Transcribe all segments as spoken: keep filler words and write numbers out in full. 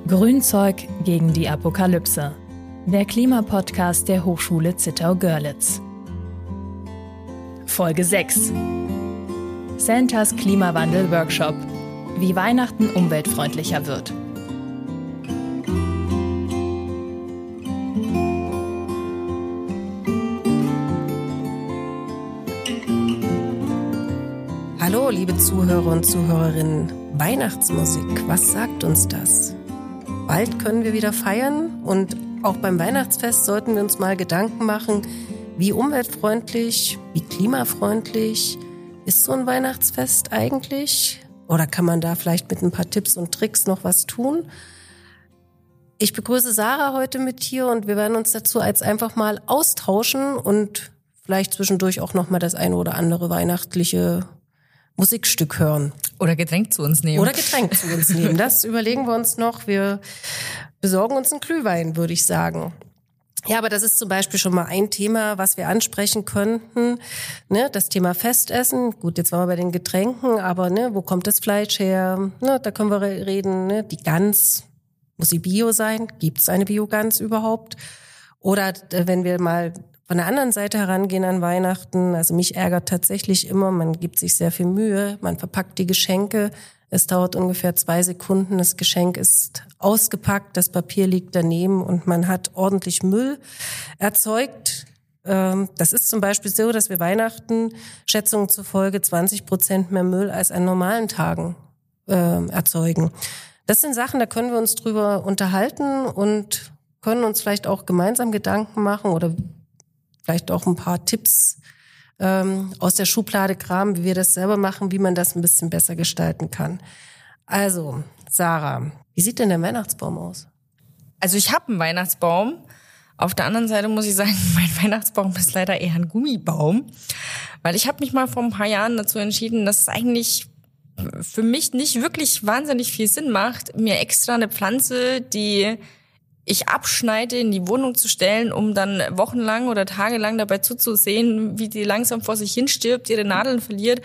Grünzeug gegen die Apokalypse. Der Klimapodcast der Hochschule Zittau-Görlitz. Folge sechs. Santas Klimawandel-Workshop. Wie Weihnachten umweltfreundlicher wird. Hallo, liebe Zuhörer und Zuhörerinnen. Weihnachtsmusik, was sagt uns das? Bald können wir wieder feiern und auch beim Weihnachtsfest sollten wir uns mal Gedanken machen, wie umweltfreundlich, wie klimafreundlich ist so ein Weihnachtsfest eigentlich? Oder kann man da vielleicht mit ein paar Tipps und Tricks noch was tun? Ich begrüße Sarah heute mit hier und wir werden uns dazu als einfach mal austauschen und vielleicht zwischendurch auch noch mal das eine oder andere weihnachtliche Musikstück hören. Oder Getränk zu uns nehmen. Oder Getränk zu uns nehmen. Das überlegen wir uns noch. Wir besorgen uns einen Glühwein, würde ich sagen. Ja, aber das ist zum Beispiel schon mal ein Thema, was wir ansprechen könnten. Ne, das Thema Festessen. Gut, jetzt waren wir bei den Getränken, aber ne, wo kommt das Fleisch her? Ne, da können wir reden. Ne, die Gans, muss sie Bio sein? Gibt es eine Biogans überhaupt? Oder wenn wir mal von der anderen Seite herangehen an Weihnachten, also mich ärgert tatsächlich immer, man gibt sich sehr viel Mühe, man verpackt die Geschenke, es dauert ungefähr zwei Sekunden, das Geschenk ist ausgepackt, das Papier liegt daneben und man hat ordentlich Müll erzeugt. Das ist zum Beispiel so, dass wir Weihnachten Schätzungen zufolge zwanzig Prozent mehr Müll als an normalen Tagen erzeugen. Das sind Sachen, da können wir uns drüber unterhalten und können uns vielleicht auch gemeinsam Gedanken machen oder vielleicht auch ein paar Tipps ähm, aus der Schublade kramen, wie wir das selber machen, wie man das ein bisschen besser gestalten kann. Also, Sarah, wie sieht denn der Weihnachtsbaum aus? Also ich habe einen Weihnachtsbaum. Auf der anderen Seite muss ich sagen, mein Weihnachtsbaum ist leider eher ein Gummibaum. Weil ich habe mich mal vor ein paar Jahren dazu entschieden, dass es eigentlich für mich nicht wirklich wahnsinnig viel Sinn macht, mir extra eine Pflanze, die ich abschneide, in die Wohnung zu stellen, um dann wochenlang oder tagelang dabei zuzusehen, wie die langsam vor sich hin stirbt, ihre Nadeln verliert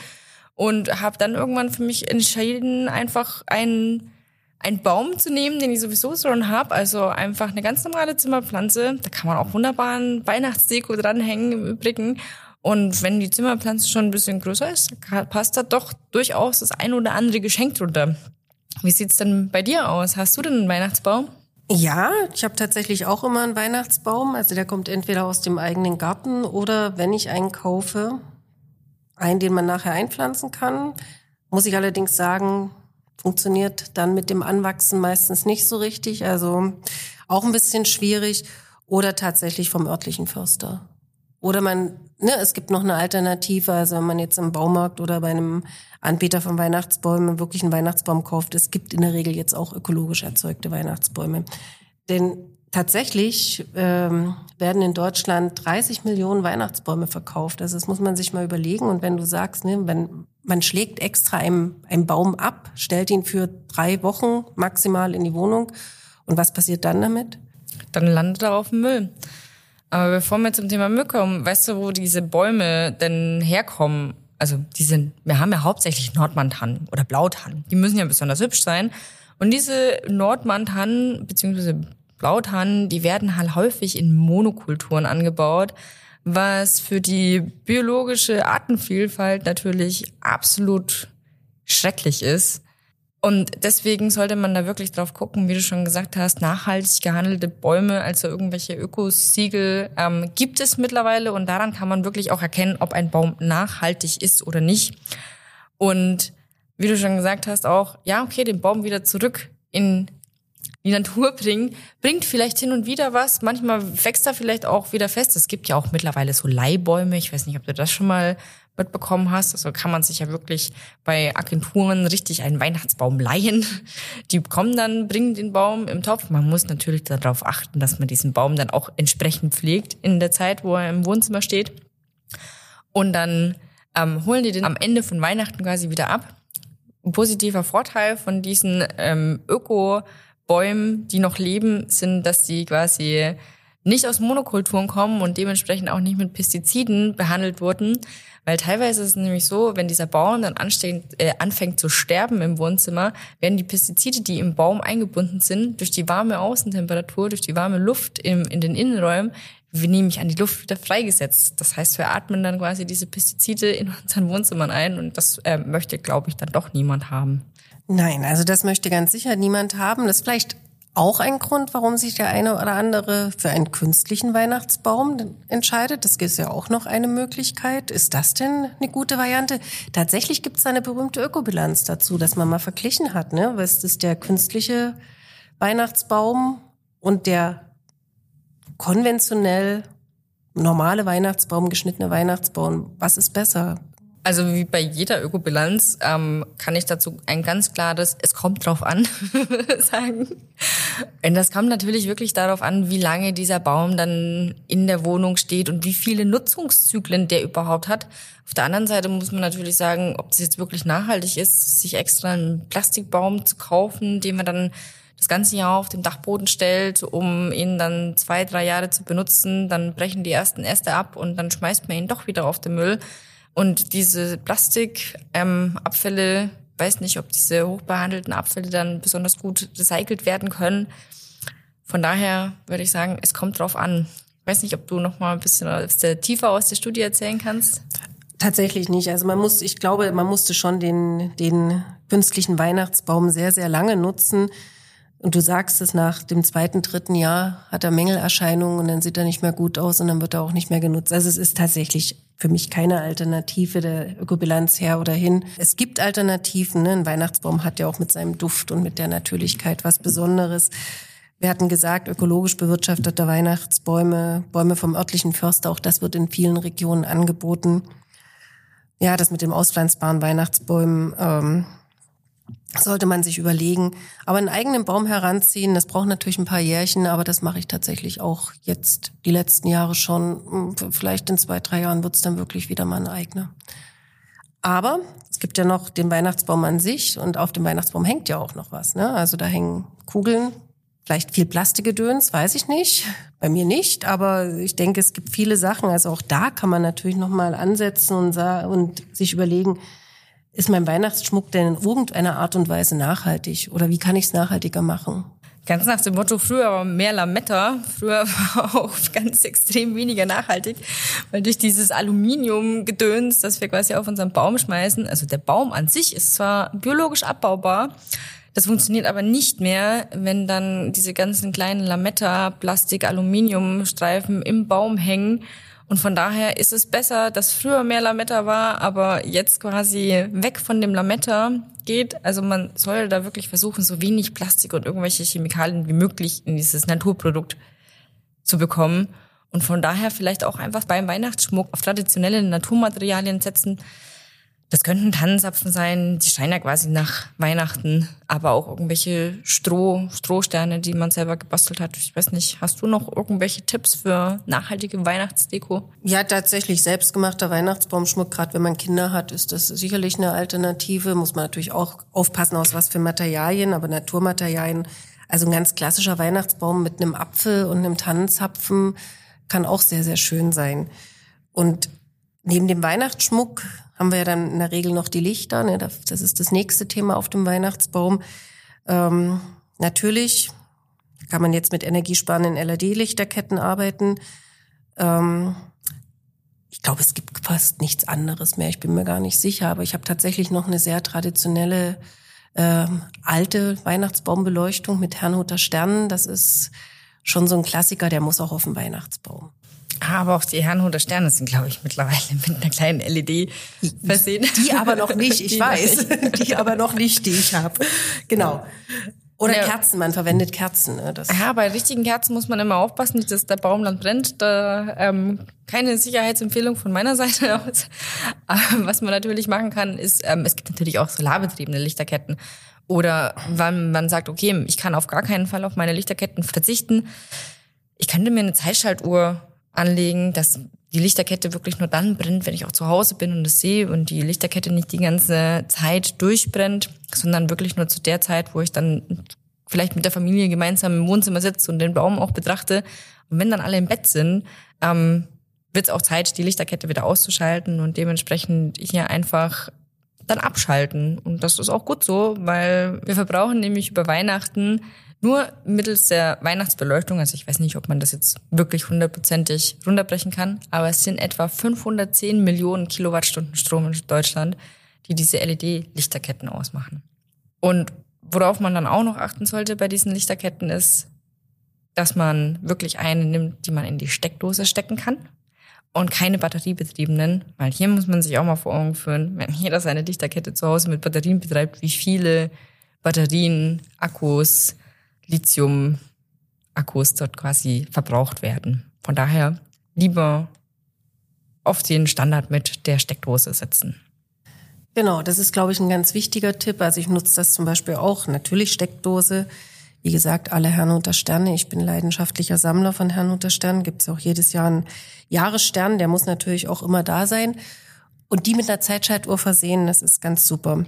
und habe dann irgendwann für mich entschieden, einfach einen, einen Baum zu nehmen, den ich sowieso schon habe, also einfach eine ganz normale Zimmerpflanze. Da kann man auch wunderbar ein Weihnachtsdeko dranhängen im Übrigen. Und wenn die Zimmerpflanze schon ein bisschen größer ist, passt da doch durchaus das ein oder andere Geschenk drunter. Wie sieht's denn bei dir aus? Hast du denn einen Weihnachtsbaum? Ja, ich habe tatsächlich auch immer einen Weihnachtsbaum. Also der kommt entweder aus dem eigenen Garten oder wenn ich einen kaufe, einen, den man nachher einpflanzen kann. Muss ich allerdings sagen, funktioniert dann mit dem Anwachsen meistens nicht so richtig. Also auch ein bisschen schwierig. Oder tatsächlich vom örtlichen Förster. Oder man, ne, es gibt noch eine Alternative. Also wenn man jetzt im Baumarkt oder bei einem Anbieter von Weihnachtsbäumen wirklich einen Weihnachtsbaum kauft, es gibt in der Regel jetzt auch ökologisch erzeugte Weihnachtsbäume. Denn tatsächlich ähm, werden in Deutschland dreißig Millionen Weihnachtsbäume verkauft. Also das muss man sich mal überlegen. Und wenn du sagst, ne, wenn man schlägt extra einen, einen Baum ab, stellt ihn für drei Wochen maximal in die Wohnung. Und was passiert dann damit? Dann landet er auf dem Müll. Aber bevor wir zum Thema Müll kommen, weißt du, wo diese Bäume denn herkommen? Also die sind, wir haben ja hauptsächlich Nordmann-Tannen oder Blautannen. Die müssen ja besonders hübsch sein. Und diese Nordmann-Tannen bzw. Blautannen, die werden halt häufig in Monokulturen angebaut, was für die biologische Artenvielfalt natürlich absolut schrecklich ist. Und deswegen sollte man da wirklich drauf gucken, wie du schon gesagt hast, nachhaltig gehandelte Bäume, also irgendwelche Ökosiegel, ähm, gibt es mittlerweile und daran kann man wirklich auch erkennen, ob ein Baum nachhaltig ist oder nicht. Und wie du schon gesagt hast auch, ja okay, den Baum wieder zurück in die Natur bringen, bringt vielleicht hin und wieder was, manchmal wächst er vielleicht auch wieder fest. Es gibt ja auch mittlerweile so Leihbäume, ich weiß nicht, ob du das schon mal mitbekommen hast. Also kann man sich ja wirklich bei Agenturen richtig einen Weihnachtsbaum leihen. Die kommen dann, bringen den Baum im Topf. Man muss natürlich darauf achten, dass man diesen Baum dann auch entsprechend pflegt in der Zeit, wo er im Wohnzimmer steht. Und dann ähm, holen die den am Ende von Weihnachten quasi wieder ab. Ein positiver Vorteil von diesen ähm, Öko-Bäumen, die noch leben, sind, dass die quasi nicht aus Monokulturen kommen und dementsprechend auch nicht mit Pestiziden behandelt wurden, Weil teilweise ist es nämlich so, wenn dieser Baum dann ansteht, äh, anfängt zu sterben im Wohnzimmer, werden die Pestizide, die im Baum eingebunden sind, durch die warme Außentemperatur, durch die warme Luft im, in den Innenräumen, wir nehmen mich an die Luft wieder freigesetzt. Das heißt, wir atmen dann quasi diese Pestizide in unseren Wohnzimmern ein und das äh, möchte, glaube ich, dann doch niemand haben. Nein, also das möchte ganz sicher niemand haben. Das ist vielleicht auch ein Grund, warum sich der eine oder andere für einen künstlichen Weihnachtsbaum entscheidet. Das ist ja auch noch eine Möglichkeit. Ist das denn eine gute Variante? Tatsächlich gibt es eine berühmte Ökobilanz dazu, dass man mal verglichen hat, ne? Was ist der künstliche Weihnachtsbaum und der konventionell normale Weihnachtsbaum, geschnittene Weihnachtsbaum? Was ist besser? Also wie bei jeder Ökobilanz ähm, kann ich dazu ein ganz klares, es kommt drauf an, sagen. Und das kommt natürlich wirklich darauf an, wie lange dieser Baum dann in der Wohnung steht und wie viele Nutzungszyklen der überhaupt hat. Auf der anderen Seite muss man natürlich sagen, ob es jetzt wirklich nachhaltig ist, sich extra einen Plastikbaum zu kaufen, den man dann das ganze Jahr auf dem Dachboden stellt, um ihn dann zwei, drei Jahre zu benutzen. Dann brechen die ersten Äste ab und dann schmeißt man ihn doch wieder auf den Müll. Und diese Plastikabfälle, ähm, weiß nicht, ob diese hochbehandelten Abfälle dann besonders gut recycelt werden können. Von daher würde ich sagen, es kommt drauf an. Ich weiß nicht, ob du noch mal ein bisschen aus der, tiefer aus der Studie erzählen kannst. Tatsächlich nicht. Also man muss, ich glaube, man musste schon den, den künstlichen Weihnachtsbaum sehr, sehr lange nutzen. Und du sagst es, nach dem zweiten, dritten Jahr hat er Mängelerscheinungen und dann sieht er nicht mehr gut aus und dann wird er auch nicht mehr genutzt. Also es ist tatsächlich für mich keine Alternative der Ökobilanz her oder hin. Es gibt Alternativen, ne? Ein Weihnachtsbaum hat ja auch mit seinem Duft und mit der Natürlichkeit was Besonderes. Wir hatten gesagt, ökologisch bewirtschaftete Weihnachtsbäume, Bäume vom örtlichen Förster, auch das wird in vielen Regionen angeboten. Ja, das mit dem auspflanzbaren Weihnachtsbäumen ähm, sollte man sich überlegen. Aber einen eigenen Baum heranziehen, das braucht natürlich ein paar Jährchen, aber das mache ich tatsächlich auch jetzt die letzten Jahre schon. Vielleicht in zwei, drei Jahren wird's dann wirklich wieder mal ein eigener. Aber es gibt ja noch den Weihnachtsbaum an sich und auf dem Weihnachtsbaum hängt ja auch noch was, ne? Also da hängen Kugeln, vielleicht viel Plastikgedöns, weiß ich nicht. Bei mir nicht, aber ich denke, es gibt viele Sachen. Also auch da kann man natürlich noch mal ansetzen und, und sich überlegen, ist mein Weihnachtsschmuck denn in irgendeiner Art und Weise nachhaltig? Oder wie kann ich es nachhaltiger machen? Ganz nach dem Motto, früher war mehr Lametta, früher war auch ganz extrem weniger nachhaltig, weil durch dieses Aluminiumgedöns, das wir quasi auf unseren Baum schmeißen, also der Baum an sich ist zwar biologisch abbaubar, das funktioniert aber nicht mehr, wenn dann diese ganzen kleinen Lametta, Plastik, Aluminiumstreifen im Baum hängen. Und von daher ist es besser, dass früher mehr Lametta war, aber jetzt quasi weg von dem Lametta geht. Also man soll da wirklich versuchen, so wenig Plastik und irgendwelche Chemikalien wie möglich in dieses Naturprodukt zu bekommen. Und von daher vielleicht auch einfach beim Weihnachtsschmuck auf traditionelle Naturmaterialien setzen. Das könnten Tannenzapfen sein, die scheinen ja quasi nach Weihnachten, aber auch irgendwelche Stroh, Strohsterne, die man selber gebastelt hat. Ich weiß nicht, hast du noch irgendwelche Tipps für nachhaltige Weihnachtsdeko? Ja, tatsächlich selbstgemachter Weihnachtsbaumschmuck, gerade wenn man Kinder hat, ist das sicherlich eine Alternative. Muss man natürlich auch aufpassen, aus was für Materialien, aber Naturmaterialien. Also ein ganz klassischer Weihnachtsbaum mit einem Apfel und einem Tannenzapfen kann auch sehr, sehr schön sein. Und neben dem Weihnachtsschmuck haben wir ja dann in der Regel noch die Lichter, ne? Das ist das nächste Thema auf dem Weihnachtsbaum. Ähm, natürlich kann man jetzt mit energiesparenden L E D-Lichterketten arbeiten. Ähm, ich glaube, es gibt fast nichts anderes mehr. Ich bin mir gar nicht sicher, aber ich habe tatsächlich noch eine sehr traditionelle ähm, alte Weihnachtsbaumbeleuchtung mit Herrnhuter Sternen. Das ist schon so ein Klassiker, der muss auch auf dem Weihnachtsbaum. Aber auch die Herrnhuter Sterne sind, glaube ich, mittlerweile mit einer kleinen L E D versehen. Die aber noch nicht, ich die weiß. Nicht. Die aber noch nicht, die ich habe. Genau. Oder ja. Kerzen, man verwendet Kerzen. Ne? Das ja, bei richtigen Kerzen muss man immer aufpassen, nicht, dass der Baum dann brennt. Da ähm, keine Sicherheitsempfehlung von meiner Seite aus. Aber was man natürlich machen kann, ist, ähm, es gibt natürlich auch solarbetriebene Lichterketten. Oder wenn man sagt, okay, ich kann auf gar keinen Fall auf meine Lichterketten verzichten. Ich könnte mir eine Zeitschaltuhr anlegen, dass die Lichterkette wirklich nur dann brennt, wenn ich auch zu Hause bin und es sehe und die Lichterkette nicht die ganze Zeit durchbrennt, sondern wirklich nur zu der Zeit, wo ich dann vielleicht mit der Familie gemeinsam im Wohnzimmer sitze und den Baum auch betrachte. Und wenn dann alle im Bett sind, ähm, wird es auch Zeit, die Lichterkette wieder auszuschalten und dementsprechend hier einfach dann abschalten. Und das ist auch gut so, weil wir verbrauchen nämlich über Weihnachten nur mittels der Weihnachtsbeleuchtung, also ich weiß nicht, ob man das jetzt wirklich hundertprozentig runterbrechen kann, aber es sind etwa fünfhundertzehn Millionen Kilowattstunden Strom in Deutschland, die diese L E D-Lichterketten ausmachen. Und worauf man dann auch noch achten sollte bei diesen Lichterketten ist, dass man wirklich eine nimmt, die man in die Steckdose stecken kann und keine batteriebetriebenen, weil hier muss man sich auch mal vor Augen führen, wenn jeder seine Lichterkette zu Hause mit Batterien betreibt, wie viele Batterien, Akkus, Lithium-Akkus dort quasi verbraucht werden. Von daher lieber auf den Standard mit der Steckdose setzen. Genau, das ist, glaube ich, ein ganz wichtiger Tipp. Also ich nutze das zum Beispiel auch. Natürlich Steckdose. Wie gesagt, alle Herrnhuter Sterne. Ich bin leidenschaftlicher Sammler von Herrnhuter Sternen. Gibt es auch jedes Jahr einen Jahresstern. Der muss natürlich auch immer da sein. Und die mit einer Zeitschaltuhr versehen, das ist ganz super.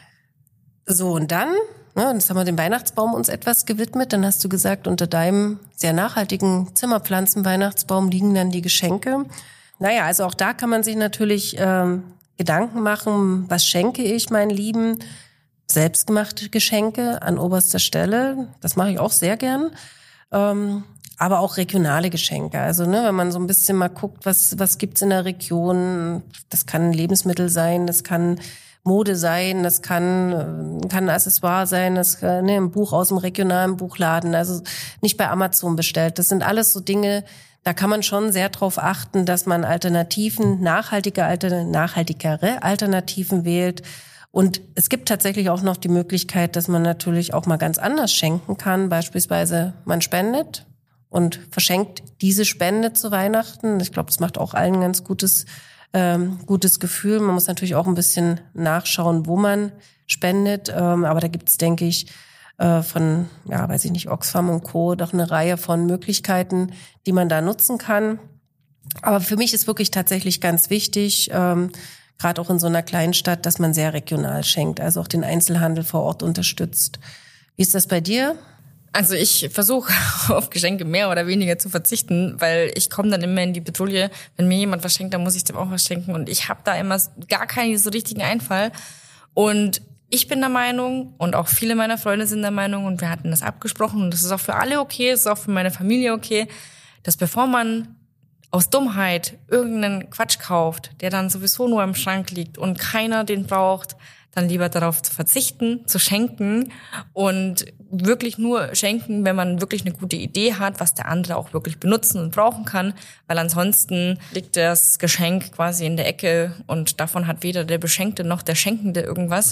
So, und dann, ne, jetzt haben wir dem Weihnachtsbaum uns etwas gewidmet. Dann hast du gesagt, unter deinem sehr nachhaltigen Zimmerpflanzen-Weihnachtsbaum liegen dann die Geschenke. Naja, also auch da kann man sich natürlich ähm, Gedanken machen, was schenke ich meinen Lieben? Selbstgemachte Geschenke an oberster Stelle, das mache ich auch sehr gern. Ähm, aber auch regionale Geschenke. Also ne, wenn man so ein bisschen mal guckt, was was gibt's in der Region, das kann Lebensmittel sein, das kann Mode sein, das kann kann ein Accessoire sein, das kann, ne, ein Buch aus dem regionalen Buchladen, also nicht bei Amazon bestellt. Das sind alles so Dinge, da kann man schon sehr drauf achten, dass man Alternativen, nachhaltige, nachhaltigere Alternativen wählt. Und es gibt tatsächlich auch noch die Möglichkeit, dass man natürlich auch mal ganz anders schenken kann. Beispielsweise man spendet und verschenkt diese Spende zu Weihnachten. Ich glaube, das macht auch allen ein ganz gutes, ähm, gutes Gefühl. Man muss natürlich auch ein bisschen nachschauen, wo man spendet. Ähm, aber da gibt es, denke ich, äh, von, ja, weiß ich nicht, Oxfam und Co. doch eine Reihe von Möglichkeiten, die man da nutzen kann. Aber für mich ist wirklich tatsächlich ganz wichtig, ähm, gerade auch in so einer kleinen Stadt, dass man sehr regional schenkt, also auch den Einzelhandel vor Ort unterstützt. Wie ist das bei dir? Also ich versuche auf Geschenke mehr oder weniger zu verzichten, weil ich komme dann immer in die Petrouille, wenn mir jemand was schenkt, dann muss ich dem auch was schenken und ich habe da immer gar keinen so richtigen Einfall. Und ich bin der Meinung und auch viele meiner Freunde sind der Meinung und wir hatten das abgesprochen und das ist auch für alle okay, das ist auch für meine Familie okay, dass bevor man aus Dummheit irgendeinen Quatsch kauft, der dann sowieso nur im Schrank liegt und keiner den braucht, dann lieber darauf zu verzichten, zu schenken und wirklich nur schenken, wenn man wirklich eine gute Idee hat, was der andere auch wirklich benutzen und brauchen kann, weil ansonsten liegt das Geschenk quasi in der Ecke und davon hat weder der Beschenkte noch der Schenkende irgendwas,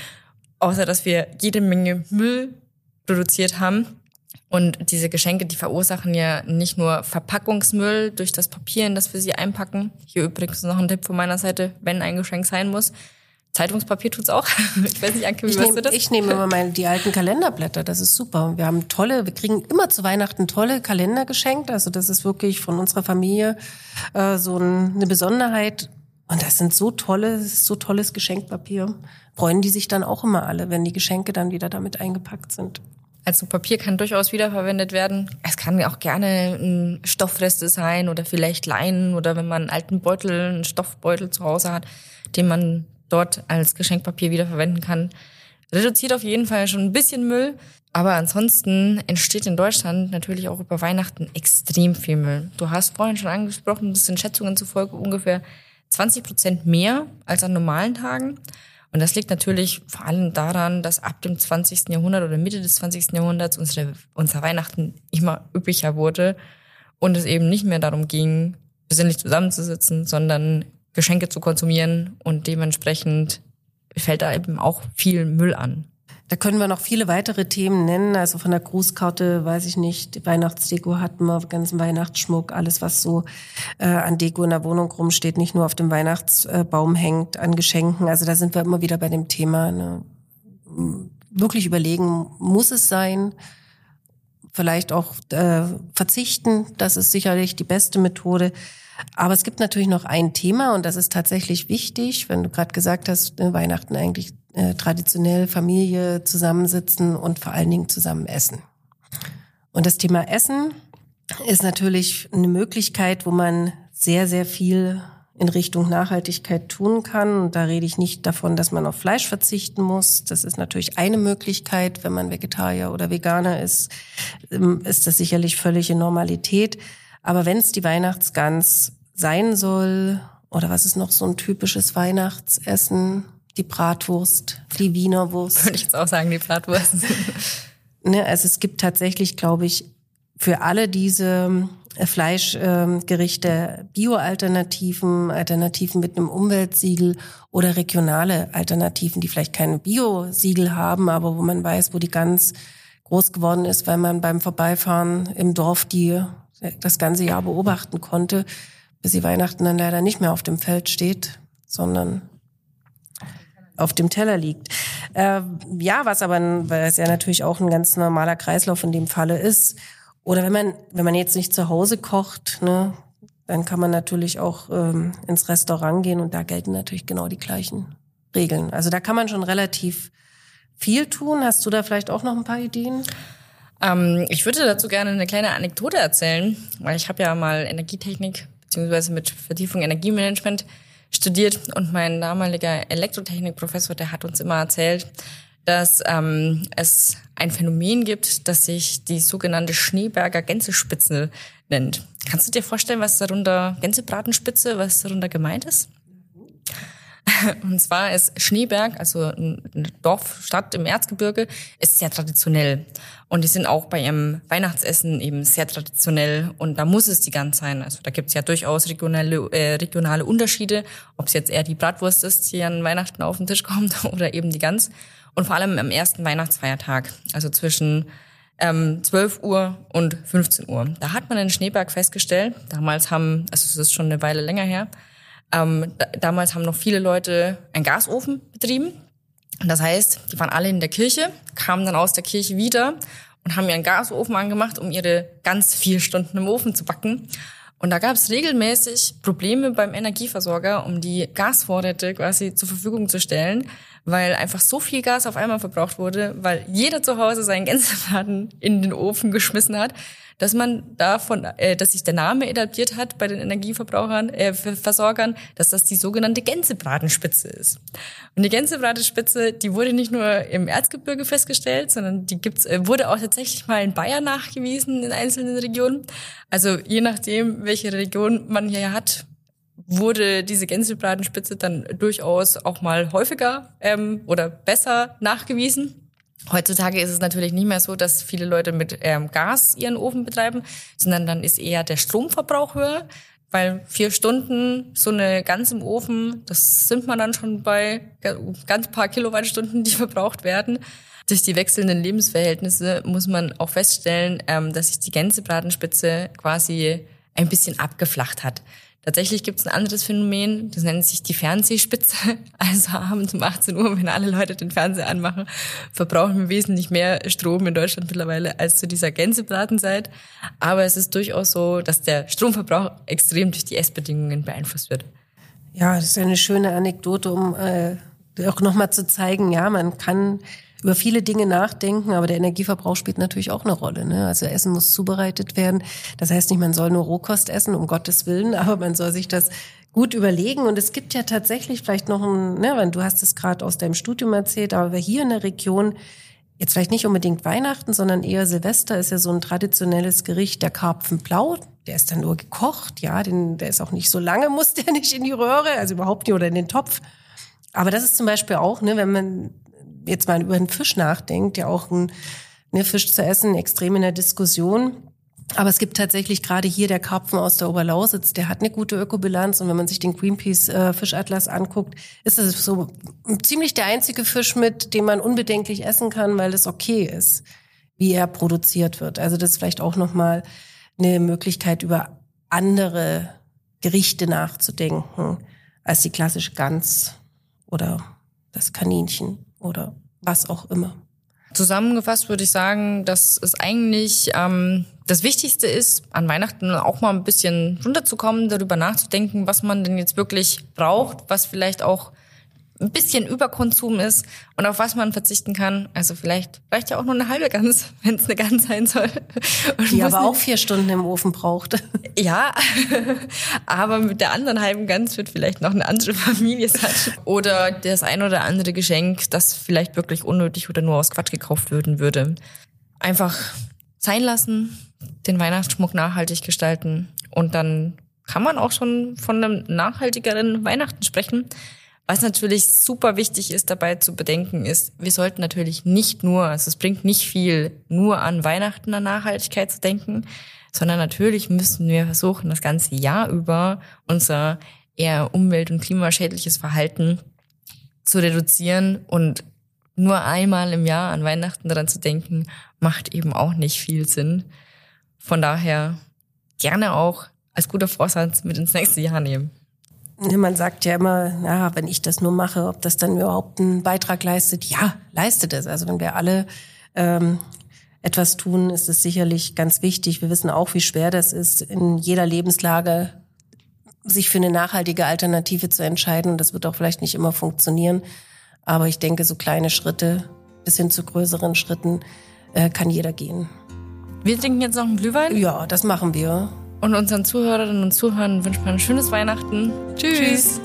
außer dass wir jede Menge Müll produziert haben. Und diese Geschenke, die verursachen ja nicht nur Verpackungsmüll durch das Papier, in das wir sie einpacken. Hier übrigens noch ein Tipp von meiner Seite, wenn ein Geschenk sein muss. Zeitungspapier tut's auch. Ich weiß nicht, Anke, wie machst du das? Ich nehme immer meine, die alten Kalenderblätter, das ist super. Wir haben tolle, wir kriegen immer zu Weihnachten tolle Kalender geschenkt. Also das ist wirklich von unserer Familie äh, so ein, eine Besonderheit. Und das sind so tolle, das ist so tolles Geschenkpapier. Freuen die sich dann auch immer alle, wenn die Geschenke dann wieder damit eingepackt sind. Also Papier kann durchaus wiederverwendet werden. Es kann auch gerne ein Stoffreste sein oder vielleicht Leinen oder wenn man einen alten Beutel, einen Stoffbeutel zu Hause hat, den man dort als Geschenkpapier wiederverwenden kann. Reduziert auf jeden Fall schon ein bisschen Müll. Aber ansonsten entsteht in Deutschland natürlich auch über Weihnachten extrem viel Müll. Du hast vorhin schon angesprochen, das sind Schätzungen zufolge ungefähr zwanzig Prozent mehr als an normalen Tagen. Und das liegt natürlich vor allem daran, dass ab dem zwanzigsten Jahrhundert oder Mitte des zwanzigsten Jahrhunderts unsere, unser Weihnachten immer üblicher wurde und es eben nicht mehr darum ging, besinnlich zusammenzusitzen, sondern Geschenke zu konsumieren und dementsprechend fällt da eben auch viel Müll an. Da können wir noch viele weitere Themen nennen. Also von der Grußkarte, weiß ich nicht, die Weihnachtsdeko hatten wir, ganzen Weihnachtsschmuck, alles was so äh, an Deko in der Wohnung rumsteht, nicht nur auf dem Weihnachtsbaum hängt, an Geschenken. Also da sind wir immer wieder bei dem Thema. Ne? Wirklich überlegen, muss es sein? Vielleicht auch äh, verzichten, das ist sicherlich die beste Methode. Aber es gibt natürlich noch ein Thema und das ist tatsächlich wichtig, wenn du gerade gesagt hast, ne, Weihnachten eigentlich äh, traditionell Familie zusammensitzen und vor allen Dingen zusammen essen. Und das Thema Essen ist natürlich eine Möglichkeit, wo man sehr, sehr viel in Richtung Nachhaltigkeit tun kann. Und da rede ich nicht davon, dass man auf Fleisch verzichten muss. Das ist natürlich eine Möglichkeit. Wenn man Vegetarier oder Veganer ist, ist das sicherlich völlige Normalität. Aber wenn es die Weihnachtsgans sein soll, oder was ist noch so ein typisches Weihnachtsessen? Die Bratwurst, die Wiener Wurst. Würde ich jetzt auch sagen, die Bratwurst. Ne, also es gibt tatsächlich, glaube ich, für alle diese Fleischgerichte Bio-Alternativen, Alternativen mit einem Umweltsiegel oder regionale Alternativen, die vielleicht keine Bio-Siegel haben, aber wo man weiß, wo die Gans groß geworden ist, weil man beim Vorbeifahren im Dorf die das ganze Jahr beobachten konnte, bis sie Weihnachten dann leider nicht mehr auf dem Feld steht, sondern auf dem Teller liegt. Äh, ja, was aber, weil es ja natürlich auch ein ganz normaler Kreislauf in dem Falle ist. Oder wenn man wenn man jetzt nicht zu Hause kocht, ne, dann kann man natürlich auch ähm, ins Restaurant gehen und da gelten natürlich genau die gleichen Regeln. Also da kann man schon relativ viel tun. Hast du da vielleicht auch noch ein paar Ideen? Ähm, ich würde dazu gerne eine kleine Anekdote erzählen, weil ich habe ja mal Energietechnik beziehungsweise mit Vertiefung Energiemanagement studiert und mein damaliger Elektrotechnikprofessor, der hat uns immer erzählt, dass ähm, es ein Phänomen gibt, das sich die sogenannte Schneeberger Gänsespitze nennt. Kannst du dir vorstellen, was darunter, Gänsebratenspitze, was darunter gemeint ist? Und zwar ist Schneeberg, also eine Dorfstadt im Erzgebirge, ist sehr traditionell. Und die sind auch bei ihrem Weihnachtsessen eben sehr traditionell. Und da muss es die Gans sein. Also da gibt es ja durchaus regionale, äh, regionale Unterschiede, ob es jetzt eher die Bratwurst ist, die an Weihnachten auf den Tisch kommt, oder eben die Gans. Und vor allem am ersten Weihnachtsfeiertag, also zwischen ähm, zwölf Uhr und fünfzehn Uhr. Da hat man in Schneeberg festgestellt, damals haben, also es ist schon eine Weile länger her, ähm, da, damals haben noch viele Leute einen Gasofen betrieben. Das heißt, die waren alle in der Kirche, kamen dann aus der Kirche wieder und haben ihren Gasofen angemacht, um ihre Gans vier Stunden im Ofen zu backen. Und da gab es regelmäßig Probleme beim Energieversorger, um die Gasvorräte quasi zur Verfügung zu stellen, weil einfach so viel Gas auf einmal verbraucht wurde, weil jeder zu Hause seinen Gänsebraten in den Ofen geschmissen hat, dass man davon, äh, dass sich der Name etabliert hat bei den Energieverbrauchern, äh, Versorgern, dass das die sogenannte Gänsebratenspitze ist. Und die Gänsebratenspitze, die wurde nicht nur im Erzgebirge festgestellt, sondern die gibt's, äh, wurde auch tatsächlich mal in Bayern nachgewiesen in einzelnen Regionen. Also je nachdem, welche Region man hier hat, wurde diese Gänsebratenspitze dann durchaus auch mal häufiger ähm, oder besser nachgewiesen. Heutzutage ist es natürlich nicht mehr so, dass viele Leute mit ähm, Gas ihren Ofen betreiben, sondern dann ist eher der Stromverbrauch höher, weil vier Stunden so eine Gans im Ofen, das sind man dann schon bei ganz paar Kilowattstunden, die verbraucht werden. Durch die wechselnden Lebensverhältnisse muss man auch feststellen, ähm, dass sich die Gänsebratenspitze quasi ein bisschen abgeflacht hat. Tatsächlich gibt es ein anderes Phänomen, das nennt sich die Fernsehspitze. Also abends um achtzehn Uhr, wenn alle Leute den Fernseher anmachen, verbrauchen wir wesentlich mehr Strom in Deutschland mittlerweile als zu dieser Gänsebratenzeit. Aber es ist durchaus so, dass der Stromverbrauch extrem durch die Essbedingungen beeinflusst wird. Ja, das ist eine schöne Anekdote, um äh, auch nochmal zu zeigen, ja, man kann über viele Dinge nachdenken, aber der Energieverbrauch spielt natürlich auch eine Rolle, ne? Also Essen muss zubereitet werden. Das heißt nicht, man soll nur Rohkost essen, um Gottes Willen, aber man soll sich das gut überlegen. Und es gibt ja tatsächlich vielleicht noch ein, ne, weil du hast es gerade aus deinem Studium erzählt, aber hier in der Region, jetzt vielleicht nicht unbedingt Weihnachten, sondern eher Silvester, ist ja so ein traditionelles Gericht, der Karpfenblau. Der ist dann nur gekocht, ja, den, der ist auch nicht so lange, muss der nicht in die Röhre, also überhaupt nicht, oder in den Topf. Aber das ist zum Beispiel auch, ne, wenn man jetzt mal über einen Fisch nachdenkt, ja auch ein ne, Fisch zu essen, extrem in der Diskussion. Aber es gibt tatsächlich gerade hier der Karpfen aus der Oberlausitz, der hat eine gute Ökobilanz. Und wenn man sich den Greenpeace äh, Fischatlas anguckt, ist das so ziemlich der einzige Fisch, mit dem man unbedenklich essen kann, weil es okay ist, wie er produziert wird. Also das ist vielleicht auch nochmal eine Möglichkeit, über andere Gerichte nachzudenken, als die klassische Gans oder das Kaninchen oder was auch immer. Zusammengefasst würde ich sagen, dass es eigentlich ähm, das Wichtigste ist, an Weihnachten auch mal ein bisschen runterzukommen, darüber nachzudenken, was man denn jetzt wirklich braucht, was vielleicht auch ein bisschen Überkonsum ist und auf was man verzichten kann. Also vielleicht reicht ja auch nur eine halbe Gans, wenn es eine Gans sein soll. Und die aber auch vier Stunden im Ofen braucht. Ja, aber mit der anderen halben Gans wird vielleicht noch eine andere Familie satt. Oder das ein oder andere Geschenk, das vielleicht wirklich unnötig oder nur aus Quatsch gekauft werden würde. Einfach sein lassen, den Weihnachtsschmuck nachhaltig gestalten und dann kann man auch schon von einem nachhaltigeren Weihnachten sprechen. Was natürlich super wichtig ist, dabei zu bedenken ist, wir sollten natürlich nicht nur, also es bringt nicht viel, nur an Weihnachten an Nachhaltigkeit zu denken, sondern natürlich müssen wir versuchen, das ganze Jahr über unser eher umwelt- und klimaschädliches Verhalten zu reduzieren und nur einmal im Jahr an Weihnachten daran zu denken, macht eben auch nicht viel Sinn. Von daher gerne auch als guter Vorsatz mit ins nächste Jahr nehmen. Man sagt ja immer, na, wenn ich das nur mache, ob das dann überhaupt einen Beitrag leistet. Ja, leistet es. Also wenn wir alle ähm, etwas tun, ist es sicherlich ganz wichtig. Wir wissen auch, wie schwer das ist, in jeder Lebenslage sich für eine nachhaltige Alternative zu entscheiden. Und das wird auch vielleicht nicht immer funktionieren. Aber ich denke, so kleine Schritte bis hin zu größeren Schritten äh, kann jeder gehen. Wir trinken jetzt noch einen Glühwein. Ja, das machen wir. Und unseren Zuhörerinnen und Zuhörern wünschen wir ein schönes Weihnachten. Tschüss. Tschüss.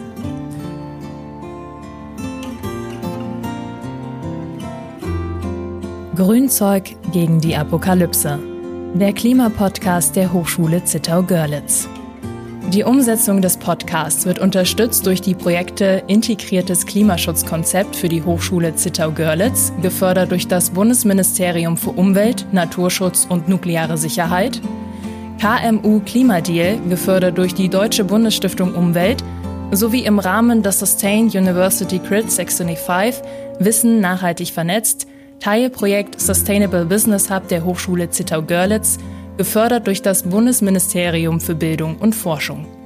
Grünzeug gegen die Apokalypse. Der Klimapodcast der Hochschule Zittau-Görlitz. Die Umsetzung des Podcasts wird unterstützt durch die Projekte Integriertes Klimaschutzkonzept für die Hochschule Zittau-Görlitz, gefördert durch das Bundesministerium für Umwelt, Naturschutz und nukleare Sicherheit, K M U Klimadeal, gefördert durch die Deutsche Bundesstiftung Umwelt, sowie im Rahmen des Sustain University Grid sechsundfünfzig Wissen nachhaltig vernetzt, Teilprojekt Sustainable Business Hub der Hochschule Zittau-Görlitz, gefördert durch das Bundesministerium für Bildung und Forschung.